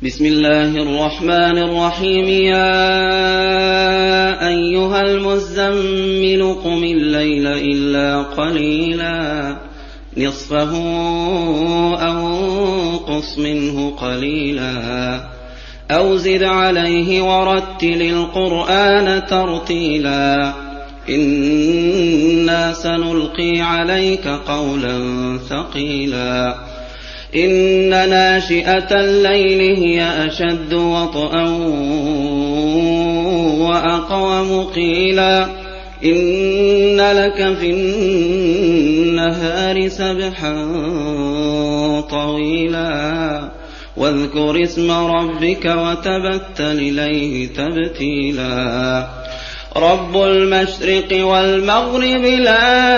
بسم الله الرحمن الرحيم. يا أيها المزمل قم الليل إلا قليلا نصفه أو انقص منه قليلا أو زد عليه ورتل القرآن ترتيلا إنا سنلقي عليك قولا ثقيلا إن ناشئة الليل هي أشد وطئا وأقوم قيلا إن لك في النهار سبحا طويلا واذكر اسم ربك وتبتل إليه تبتيلا رب المشرق والمغرب لا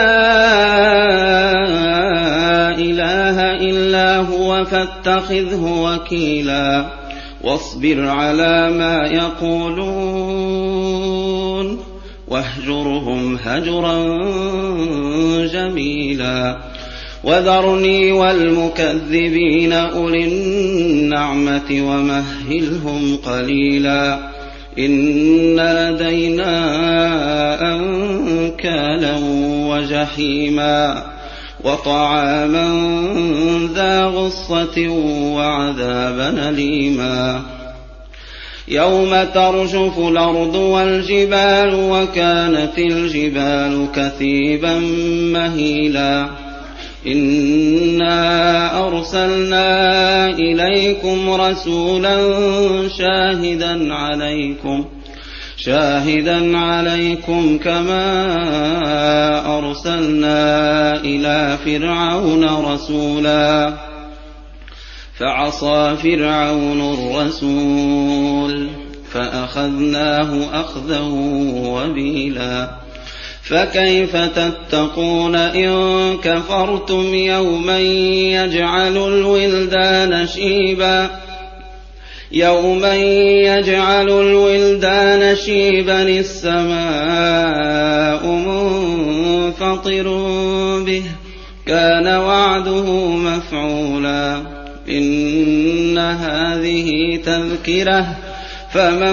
إله إلا هو فاتخذه وكيلا واصبر على ما يقولون واهجرهم هجرا جميلا وذرني والمكذبين أولي النعمة ومهلهم قليلا إن لدينا أنكالا وجحيما وطعاما ذا غصة وعذابا أليما يوم ترجف الأرض والجبال وكانت الجبال كثيبا مهيلا إنا أرسلنا إليكم رسولا شاهدا عليكم كما أرسلنا إلى فرعون رسولا فعصى فرعون الرسول فأخذناه أخذا وبيلا فكيف تتقون إن كفرتم يوما يجعل الولدان شيبا السماء منفطر به كان وعده مفعولا إن هذه تذكرة فمن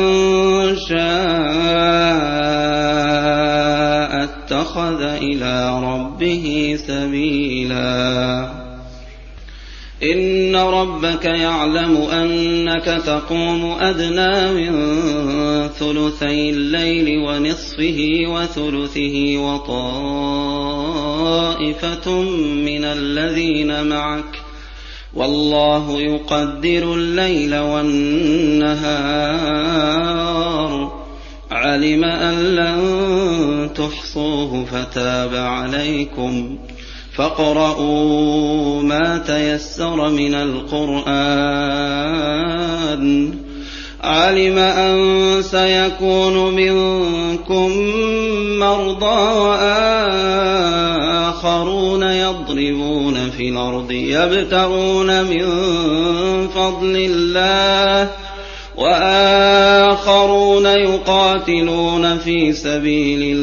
شاء اتخذ إلى ربه سبيلا إن ربك يعلم أنك تقوم أدنى من ثلثي الليل ونصفه وثلثه وطائفة من الذين معك والله يقدر الليل والنهار علم أن لن تحصوه فتاب عليكم فاقرؤوا ما تيسر من القرآن علم أن سيكون منكم مرضى وآخرون يضربون في الأرض يبتغون من فضل الله وآخرون يقاتلون في سبيل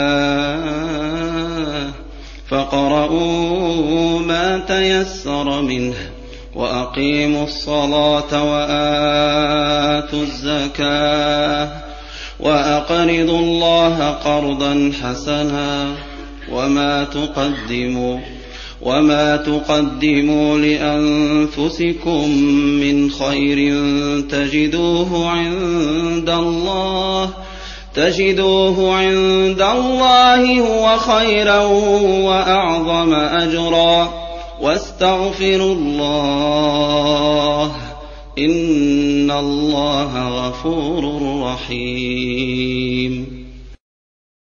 الله فاقرؤوا ما تيسر منه وأقيموا الصلاة وآتوا الزكاة وأقرضوا الله قرضا حسنا وما تقدموا لأنفسكم من خير تجدوه عند الله هو خيرا وأعظم أجرا واستغفروا الله إن الله غفور رحيم.